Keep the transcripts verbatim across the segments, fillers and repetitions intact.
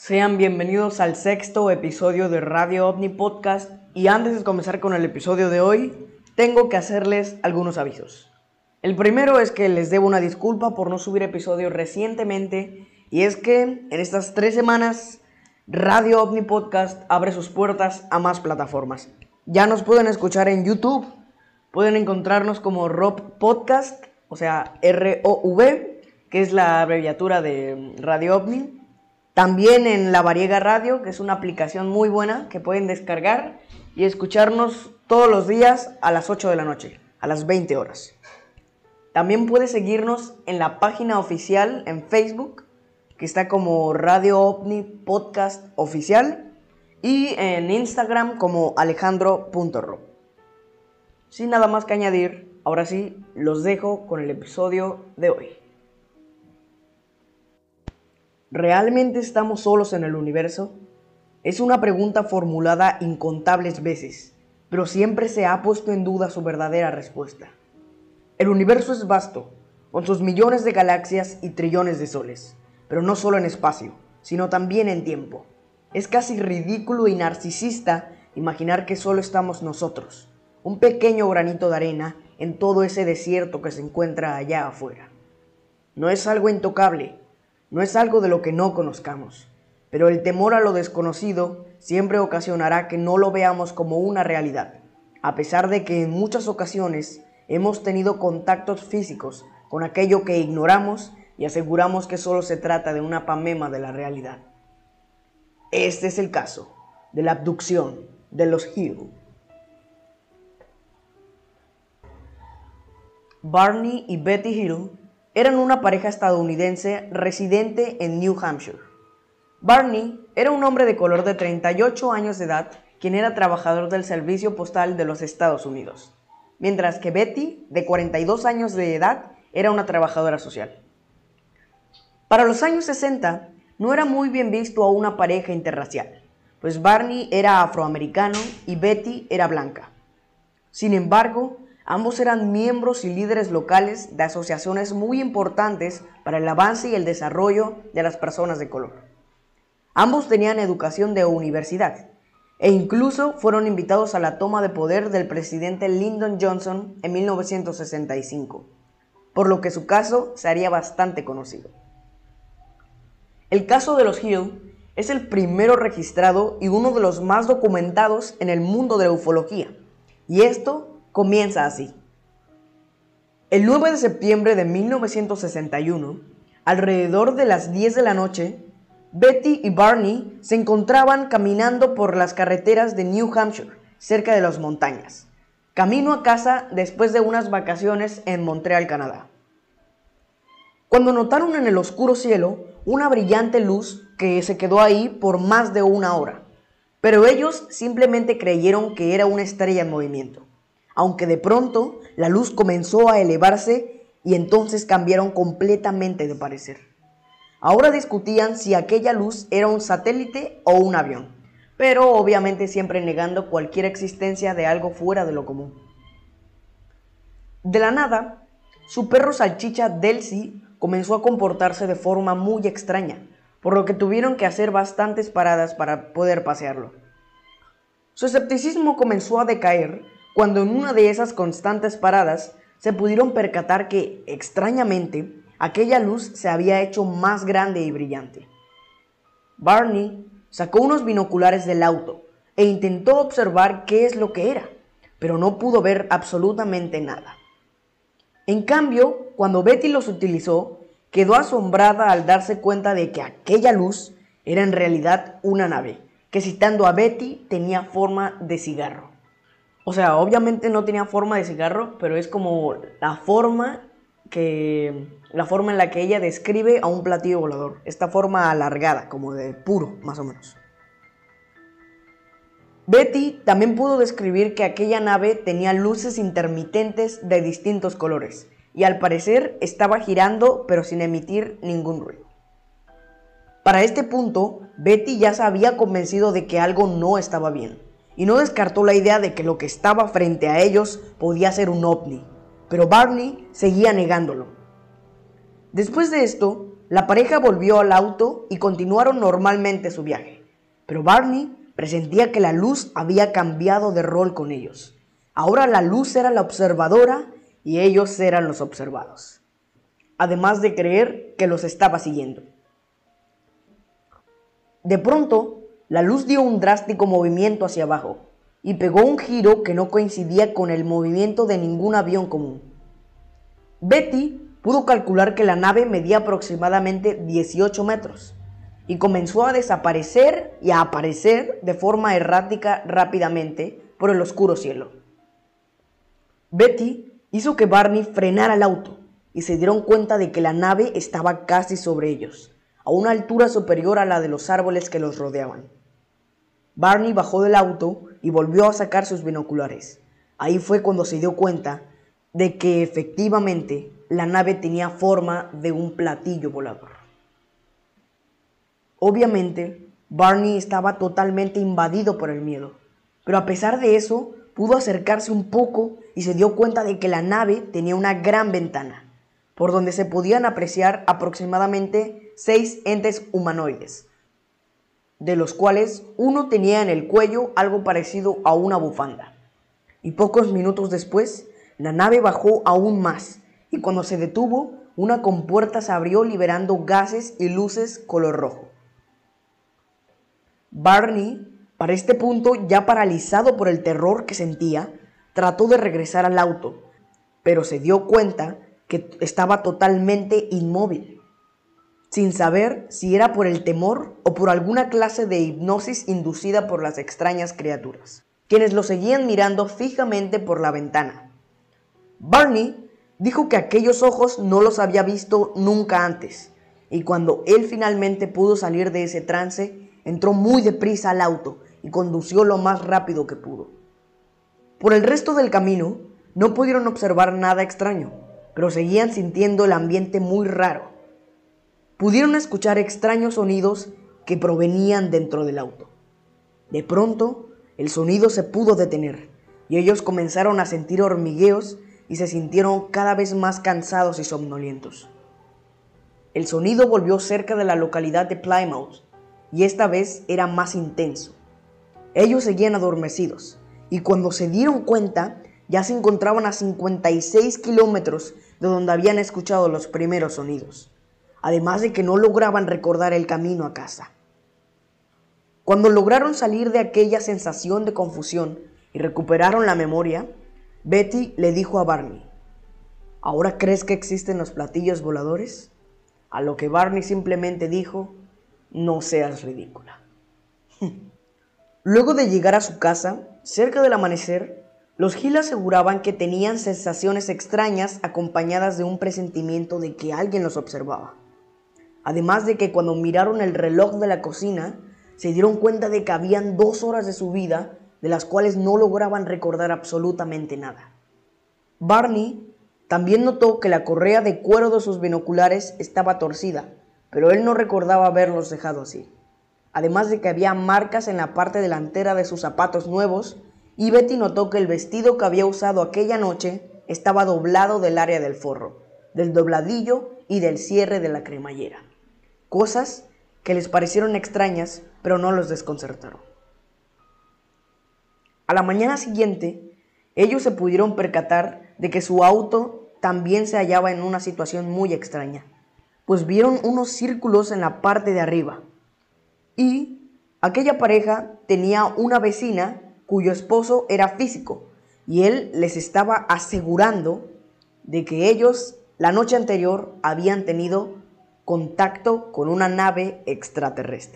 Sean bienvenidos al sexto episodio de Radio OVNI Podcast, y antes de comenzar con el episodio de hoy, tengo que hacerles algunos avisos. El primero es que les debo una disculpa por no subir episodios recientemente, y es que en estas tres semanas Radio OVNI Podcast abre sus puertas a más plataformas. Ya nos pueden escuchar en YouTube, pueden encontrarnos como R O V Podcast, o sea R O V, que es la abreviatura de Radio OVNI. También en La Variega Radio, que es una aplicación muy buena que pueden descargar y escucharnos todos los días a las ocho de la noche, a las veinte horas. También puedes seguirnos en la página oficial en Facebook, que está como Radio OVNI Podcast Oficial, y en Instagram como alejandro punto ro. Sin nada más que añadir, ahora sí, los dejo con el episodio de hoy. ¿Realmente estamos solos en el universo? Es una pregunta formulada incontables veces, pero siempre se ha puesto en duda su verdadera respuesta. El universo es vasto, con sus millones de galaxias y trillones de soles, pero no solo en espacio, sino también en tiempo. Es casi ridículo y narcisista imaginar que solo estamos nosotros, un pequeño granito de arena en todo ese desierto que se encuentra allá afuera. No es algo intocable, no es algo de lo que no conozcamos, pero el temor a lo desconocido siempre ocasionará que no lo veamos como una realidad, a pesar de que en muchas ocasiones hemos tenido contactos físicos con aquello que ignoramos y aseguramos que solo se trata de una pamema de la realidad. Este es el caso de la abducción de los Hill. Barney y Betty Hill eran una pareja estadounidense residente en New Hampshire. Barney era un hombre de color de treinta y ocho años de edad, quien era trabajador del servicio postal de los Estados Unidos, mientras que Betty, de cuarenta y dos años de edad, era una trabajadora social. Para los años sesenta, no era muy bien visto a una pareja interracial, pues Barney era afroamericano y Betty era blanca. Sin embargo, ambos eran miembros y líderes locales de asociaciones muy importantes para el avance y el desarrollo de las personas de color. Ambos tenían educación de universidad e incluso fueron invitados a la toma de poder del presidente Lyndon Johnson en mil novecientos sesenta y cinco, por lo que su caso se haría bastante conocido. El caso de los Hill es el primero registrado y uno de los más documentados en el mundo de la ufología, y esto comienza así. El nueve de septiembre de mil novecientos sesenta y uno, alrededor de las diez de la noche, Betty y Barney se encontraban caminando por las carreteras de New Hampshire, cerca de las montañas, camino a casa después de unas vacaciones en Montreal, Canadá, cuando notaron en el oscuro cielo una brillante luz que se quedó ahí por más de una hora, pero ellos simplemente creyeron que era una estrella en movimiento. Aunque de pronto la luz comenzó a elevarse y entonces cambiaron completamente de parecer. Ahora discutían si aquella luz era un satélite o un avión, pero obviamente siempre negando cualquier existencia de algo fuera de lo común. De la nada, su perro salchicha Delcy comenzó a comportarse de forma muy extraña, por lo que tuvieron que hacer bastantes paradas para poder pasearlo. Su escepticismo comenzó a decaer cuando en una de esas constantes paradas se pudieron percatar que, extrañamente, aquella luz se había hecho más grande y brillante. Barney sacó unos binoculares del auto e intentó observar qué es lo que era, pero no pudo ver absolutamente nada. En cambio, cuando Betty los utilizó, quedó asombrada al darse cuenta de que aquella luz era en realidad una nave, que citando a Betty tenía forma de cigarro. O sea, obviamente no tenía forma de cigarro, pero es como la forma que la forma en la que ella describe a un platillo volador. Esta forma alargada, como de puro, más o menos. Betty también pudo describir que aquella nave tenía luces intermitentes de distintos colores y al parecer estaba girando pero sin emitir ningún ruido. Para este punto, Betty ya se había convencido de que algo no estaba bien y no descartó la idea de que lo que estaba frente a ellos podía ser un ovni, pero Barney seguía negándolo. Después de esto, La pareja volvió al auto y continuaron normalmente su viaje, pero Barney presentía que la luz había cambiado de rol con ellos. Ahora la luz era la observadora y ellos eran los observados, además de creer que los estaba siguiendo. De pronto, la luz dio un drástico movimiento hacia abajo y pegó un giro que no coincidía con el movimiento de ningún avión común. Betty pudo calcular que la nave medía aproximadamente dieciocho metros y comenzó a desaparecer y a aparecer de forma errática rápidamente por el oscuro cielo. Betty hizo que Barney frenara el auto y se dieron cuenta de que la nave estaba casi sobre ellos, a una altura superior a la de los árboles que los rodeaban. Barney bajó del auto y volvió a sacar sus binoculares. Ahí fue cuando se dio cuenta de que efectivamente la nave tenía forma de un platillo volador. Obviamente, Barney estaba totalmente invadido por el miedo, pero a pesar de eso, pudo acercarse un poco y se dio cuenta de que la nave tenía una gran ventana, por donde se podían apreciar aproximadamente seis entes humanoides, de los cuales uno tenía en el cuello algo parecido a una bufanda. Y pocos minutos después, la nave bajó aún más, y cuando se detuvo, una compuerta se abrió liberando gases y luces color rojo. Barney, para este punto ya paralizado por el terror que sentía, trató de regresar al auto, pero se dio cuenta que estaba totalmente inmóvil, sin saber si era por el temor o por alguna clase de hipnosis inducida por las extrañas criaturas, quienes lo seguían mirando fijamente por la ventana. Barney dijo que aquellos ojos no los había visto nunca antes, y cuando él finalmente pudo salir de ese trance, entró muy deprisa al auto y condució lo más rápido que pudo. Por el resto del camino, no pudieron observar nada extraño, pero seguían sintiendo el ambiente muy raro. Pudieron escuchar extraños sonidos que provenían dentro del auto. De pronto, el sonido se pudo detener, y ellos comenzaron a sentir hormigueos y se sintieron cada vez más cansados y somnolientos. El sonido volvió cerca de la localidad de Plymouth, y esta vez era más intenso. Ellos seguían adormecidos, y cuando se dieron cuenta, ya se encontraban a cincuenta y seis kilómetros de donde habían escuchado los primeros sonidos, además de que no lograban recordar el camino a casa. Cuando lograron salir de aquella sensación de confusión y recuperaron la memoria, Betty le dijo a Barney: ¿ahora crees que existen los platillos voladores? A lo que Barney simplemente dijo: no seas ridícula. Luego de llegar a su casa, cerca del amanecer, los Hill aseguraban que tenían sensaciones extrañas acompañadas de un presentimiento de que alguien los observaba. Además de que cuando miraron el reloj de la cocina, se dieron cuenta de que habían dos horas de su vida de las cuales no lograban recordar absolutamente nada. Barney también notó que la correa de cuero de sus binoculares estaba torcida, pero él no recordaba haberlos dejado así. Además de que había marcas en la parte delantera de sus zapatos nuevos, y Betty notó que el vestido que había usado aquella noche estaba doblado del área del forro, del dobladillo y del cierre de la cremallera. Cosas que les parecieron extrañas, pero no los desconcertaron. A la mañana siguiente, ellos se pudieron percatar de que su auto también se hallaba en una situación muy extraña, pues vieron unos círculos en la parte de arriba. Y aquella pareja tenía una vecina cuyo esposo era físico, y él les estaba asegurando de que ellos la noche anterior habían tenido contacto con una nave extraterrestre.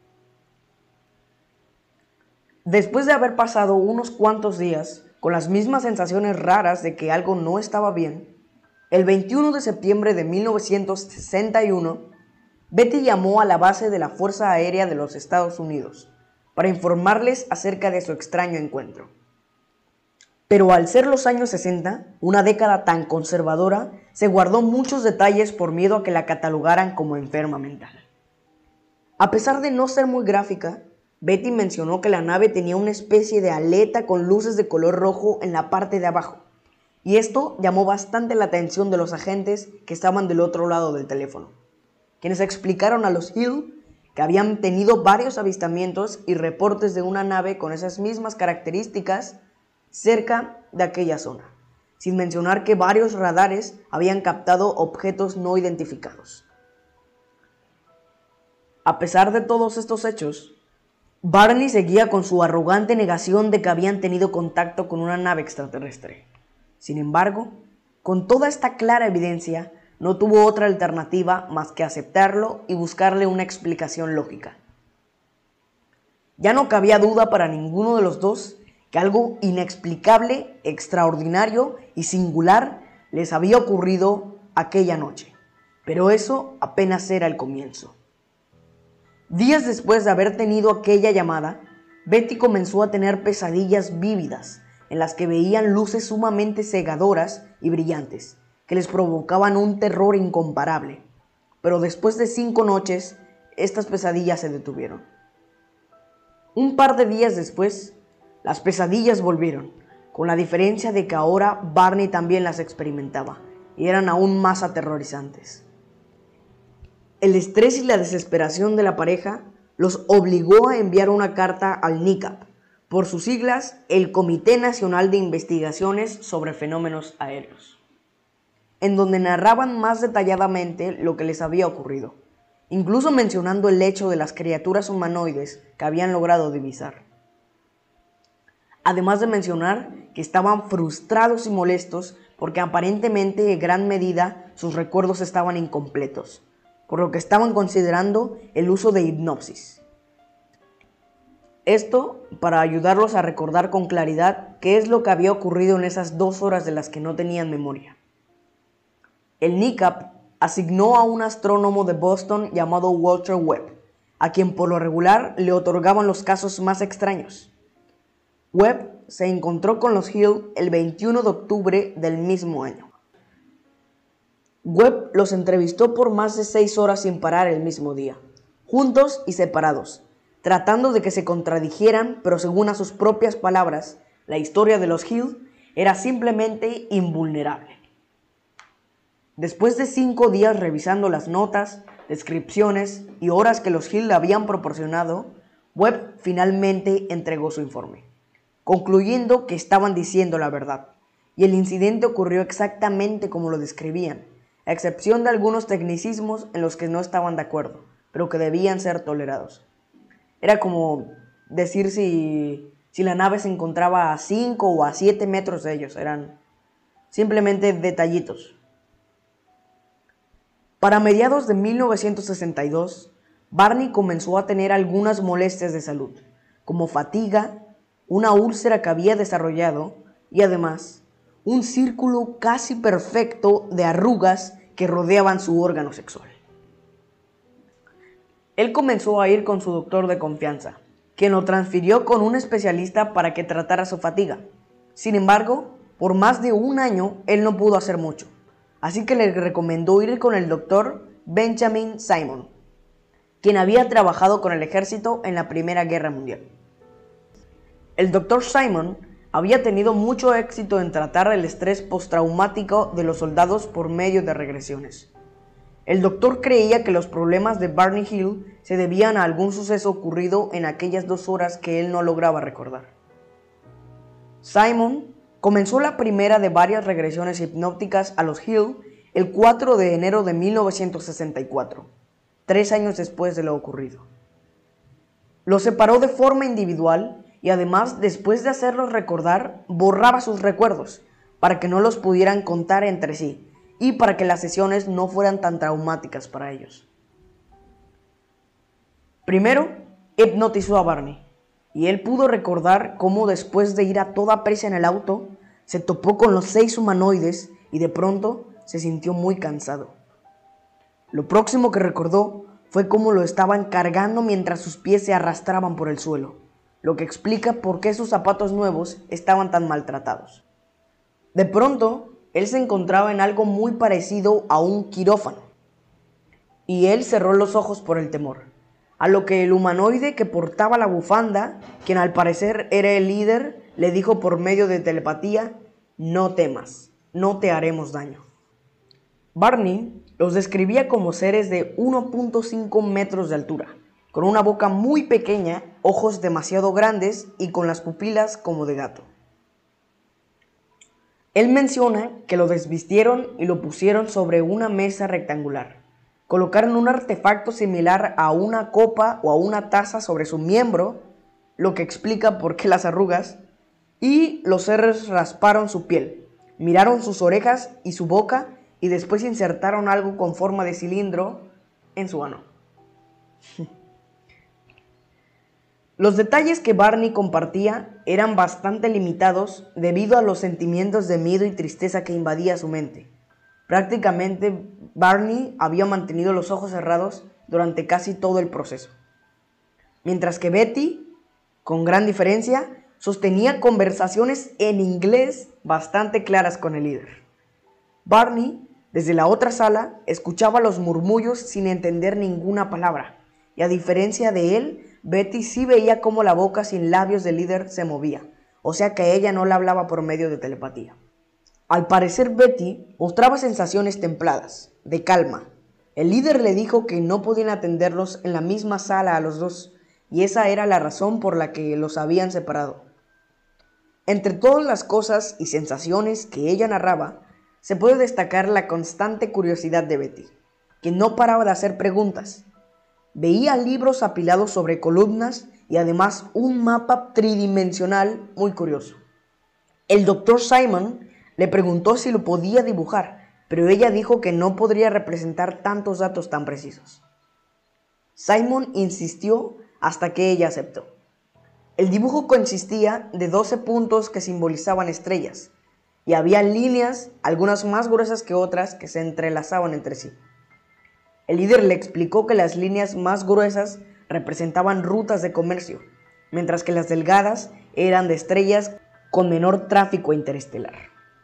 Después de haber pasado unos cuantos días con las mismas sensaciones raras de que algo no estaba bien, el veintiuno de septiembre de mil novecientos sesenta y uno, Betty llamó a la base de la Fuerza Aérea de los Estados Unidos para informarles acerca de su extraño encuentro. Pero al ser los años sesenta, una década tan conservadora, se guardó muchos detalles por miedo a que la catalogaran como enferma mental. A pesar de no ser muy gráfica, Betty mencionó que la nave tenía una especie de aleta con luces de color rojo en la parte de abajo, y esto llamó bastante la atención de los agentes que estaban del otro lado del teléfono, quienes explicaron a los Hill que habían tenido varios avistamientos y reportes de una nave con esas mismas características cerca de aquella zona, sin mencionar que varios radares habían captado objetos no identificados. A pesar de todos estos hechos, Barney seguía con su arrogante negación de que habían tenido contacto con una nave extraterrestre. Sin embargo, con toda esta clara evidencia, no tuvo otra alternativa más que aceptarlo y buscarle una explicación lógica. Ya no cabía duda para ninguno de los dos que algo inexplicable, extraordinario y singular les había ocurrido aquella noche, pero eso apenas era el comienzo. Días después de haber tenido aquella llamada, Betty comenzó a tener pesadillas vívidas en las que veían luces sumamente cegadoras y brillantes, que les provocaban un terror incomparable. Pero después de cinco noches, estas pesadillas se detuvieron. Un par de días después, las pesadillas volvieron, con la diferencia de que ahora Barney también las experimentaba, y eran aún más aterrorizantes. El estrés y la desesperación de la pareja los obligó a enviar una carta al N I C A P, por sus siglas, el Comité Nacional de Investigaciones sobre Fenómenos Aéreos, en donde narraban más detalladamente lo que les había ocurrido, incluso mencionando el hecho de las criaturas humanoides que habían logrado divisar. Además de mencionar que estaban frustrados y molestos porque aparentemente en gran medida sus recuerdos estaban incompletos, por lo que estaban considerando el uso de hipnosis. Esto para ayudarlos a recordar con claridad qué es lo que había ocurrido en esas dos horas de las que no tenían memoria. El N I C A P asignó a un astrónomo de Boston llamado Walter Webb, a quien por lo regular le otorgaban los casos más extraños. Webb se encontró con los Hill el veintiuno de octubre del mismo año. Webb los entrevistó por más de seis horas sin parar el mismo día, juntos y separados, tratando de que se contradijeran, pero según a sus propias palabras, la historia de los Hill era simplemente invulnerable. Después de cinco días revisando las notas, descripciones y horas que los Hill le habían proporcionado, Webb finalmente entregó su informe, concluyendo que estaban diciendo la verdad, y el incidente ocurrió exactamente como lo describían, a excepción de algunos tecnicismos en los que no estaban de acuerdo, pero que debían ser tolerados. Era como decir si, si la nave se encontraba a cinco o a siete metros de ellos, eran simplemente detallitos. Para mediados de mil novecientos sesenta y dos, Barney comenzó a tener algunas molestias de salud, como fatiga, una úlcera que había desarrollado y además un círculo casi perfecto de arrugas que rodeaban su órgano sexual. Él comenzó a ir con su doctor de confianza, quien lo transfirió con un especialista para que tratara su fatiga. Sin embargo, por más de un año él no pudo hacer mucho, así que le recomendó ir con el doctor Benjamin Simon, quien había trabajado con el ejército en la Primera Guerra Mundial. El doctor Simon había tenido mucho éxito en tratar el estrés postraumático de los soldados por medio de regresiones. El doctor creía que los problemas de Barney Hill se debían a algún suceso ocurrido en aquellas dos horas que él no lograba recordar. Simon comenzó la primera de varias regresiones hipnóticas a los Hill el cuatro de enero de mil novecientos sesenta y cuatro, tres años después de lo ocurrido. Los separó de forma individual y además, después de hacerlos recordar, borraba sus recuerdos para que no los pudieran contar entre sí y para que las sesiones no fueran tan traumáticas para ellos. Primero, hipnotizó a Barney, y él pudo recordar cómo después de ir a toda prisa en el auto, se topó con los seis humanoides y de pronto se sintió muy cansado. Lo próximo que recordó fue cómo lo estaban cargando mientras sus pies se arrastraban por el suelo, lo que explica por qué sus zapatos nuevos estaban tan maltratados. De pronto, él se encontraba en algo muy parecido a un quirófano, y él cerró los ojos por el temor, a lo que el humanoide que portaba la bufanda, quien al parecer era el líder, le dijo por medio de telepatía: «No temas, no te haremos daño». Barney los describía como seres de uno punto cinco metros de altura, con una boca muy pequeña, ojos demasiado grandes y con las pupilas como de gato. Él menciona que lo desvistieron y lo pusieron sobre una mesa rectangular. Colocaron un artefacto similar a una copa o a una taza sobre su miembro, lo que explica por qué las arrugas, y los seres rasparon su piel, miraron sus orejas y su boca y después insertaron algo con forma de cilindro en su ano. Los detalles que Barney compartía eran bastante limitados debido a los sentimientos de miedo y tristeza que invadía su mente. Prácticamente, Barney había mantenido los ojos cerrados durante casi todo el proceso. Mientras que Betty, con gran diferencia, sostenía conversaciones en inglés bastante claras con el líder. Barney, desde la otra sala, escuchaba los murmullos sin entender ninguna palabra, y a diferencia de él, Betty sí veía cómo la boca sin labios del líder se movía, o sea que ella no le hablaba por medio de telepatía. Al parecer Betty mostraba sensaciones templadas, de calma. El líder le dijo que no podían atenderlos en la misma sala a los dos, y esa era la razón por la que los habían separado. Entre todas las cosas y sensaciones que ella narraba, se puede destacar la constante curiosidad de Betty, que no paraba de hacer preguntas. Veía libros apilados sobre columnas y además un mapa tridimensional muy curioso. El doctor Simon le preguntó si lo podía dibujar, pero ella dijo que no podría representar tantos datos tan precisos. Simon insistió hasta que ella aceptó. El dibujo consistía de doce puntos que simbolizaban estrellas, y había líneas, algunas más gruesas que otras, que se entrelazaban entre sí. El líder le explicó que las líneas más gruesas representaban rutas de comercio, mientras que las delgadas eran de estrellas con menor tráfico interestelar.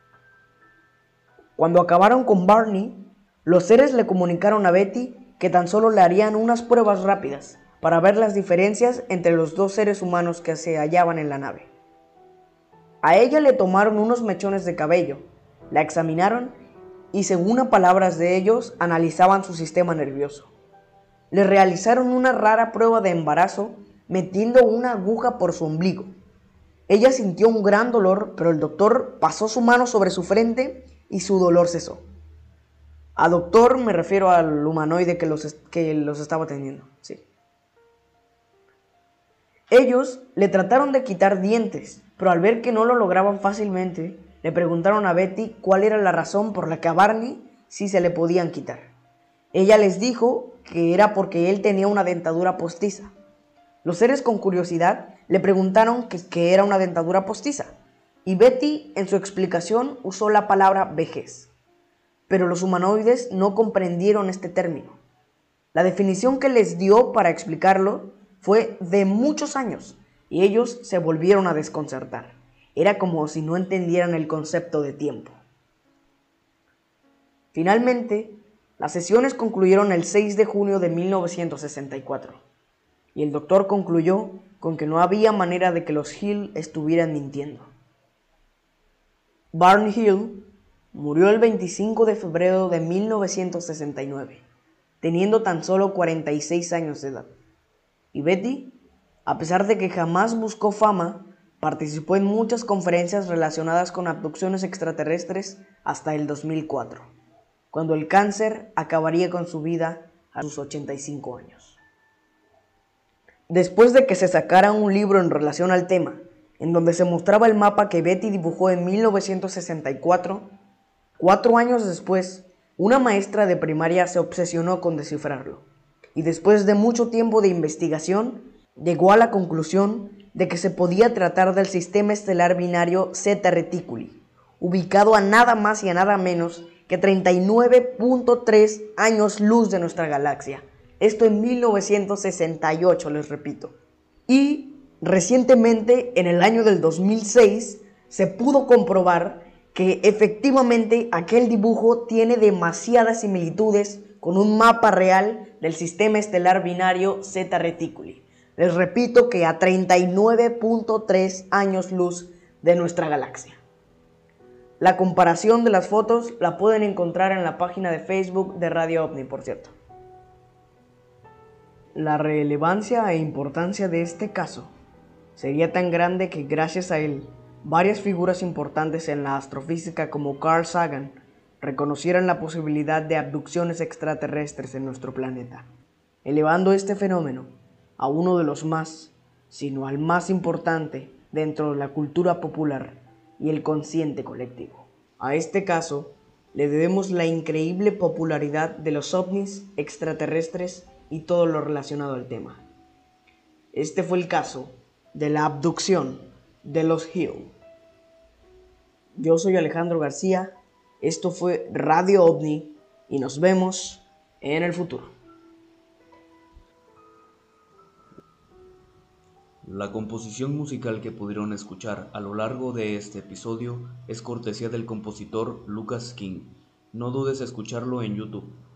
Cuando acabaron con Barney, los seres le comunicaron a Betty que tan solo le harían unas pruebas rápidas para ver las diferencias entre los dos seres humanos que se hallaban en la nave. A ella le tomaron unos mechones de cabello, la examinaron y según a palabras de ellos, analizaban su sistema nervioso. Le realizaron una rara prueba de embarazo metiendo una aguja por su ombligo. Ella sintió un gran dolor, pero el doctor pasó su mano sobre su frente y su dolor cesó. A doctor me refiero al humanoide que los, que los estaba atendiendo, sí. Ellos le trataron de quitar dientes, pero al ver que no lo lograban fácilmente, le preguntaron a Betty cuál era la razón por la que a Barney sí se le podían quitar. Ella les dijo que era porque él tenía una dentadura postiza. Los seres con curiosidad le preguntaron qué que era una dentadura postiza, y Betty en su explicación usó la palabra vejez. Pero los humanoides no comprendieron este término. La definición que les dio para explicarlo fue de muchos años, y ellos se volvieron a desconcertar. Era como si no entendieran el concepto de tiempo. Finalmente, las sesiones concluyeron el seis de junio de mil novecientos sesenta y cuatro, y el doctor concluyó con que no había manera de que los Hill estuvieran mintiendo. Barney Hill murió el veinticinco de febrero de mil novecientos sesenta y nueve, teniendo tan solo cuarenta y seis años de edad. Y Betty, a pesar de que jamás buscó fama, participó en muchas conferencias relacionadas con abducciones extraterrestres hasta el dos mil cuatro, cuando el cáncer acabaría con su vida a sus ochenta y cinco años. Después de que se sacara un libro en relación al tema, en donde se mostraba el mapa que Betty dibujó en mil novecientos sesenta y cuatro, cuatro años después, una maestra de primaria se obsesionó con descifrarlo, y después de mucho tiempo de investigación, llegó a la conclusión de que se podía tratar del sistema estelar binario Zeta Reticuli, ubicado a nada más y a nada menos que treinta y nueve punto tres años luz de nuestra galaxia. Esto en mil novecientos sesenta y ocho, les repito. Y recientemente, en el año del dos mil seis, se pudo comprobar que efectivamente aquel dibujo tiene demasiadas similitudes con un mapa real del sistema estelar binario Zeta Reticuli. Les repito que a treinta y nueve punto tres años luz de nuestra galaxia. La comparación de las fotos la pueden encontrar en la página de Facebook de Radio OVNI, por cierto. La relevancia e importancia de este caso sería tan grande que gracias a él, varias figuras importantes en la astrofísica como Carl Sagan reconocieran la posibilidad de abducciones extraterrestres en nuestro planeta, elevando este fenómeno a uno de los más, sino al más importante dentro de la cultura popular y el consciente colectivo. A este caso le debemos la increíble popularidad de los ovnis extraterrestres y todo lo relacionado al tema. Este fue el caso de la abducción de los Hill. Yo soy Alejandro García, esto fue Radio OVNI y nos vemos en el futuro. La composición musical que pudieron escuchar a lo largo de este episodio es cortesía del compositor Lucas King. No dudes en escucharlo en YouTube.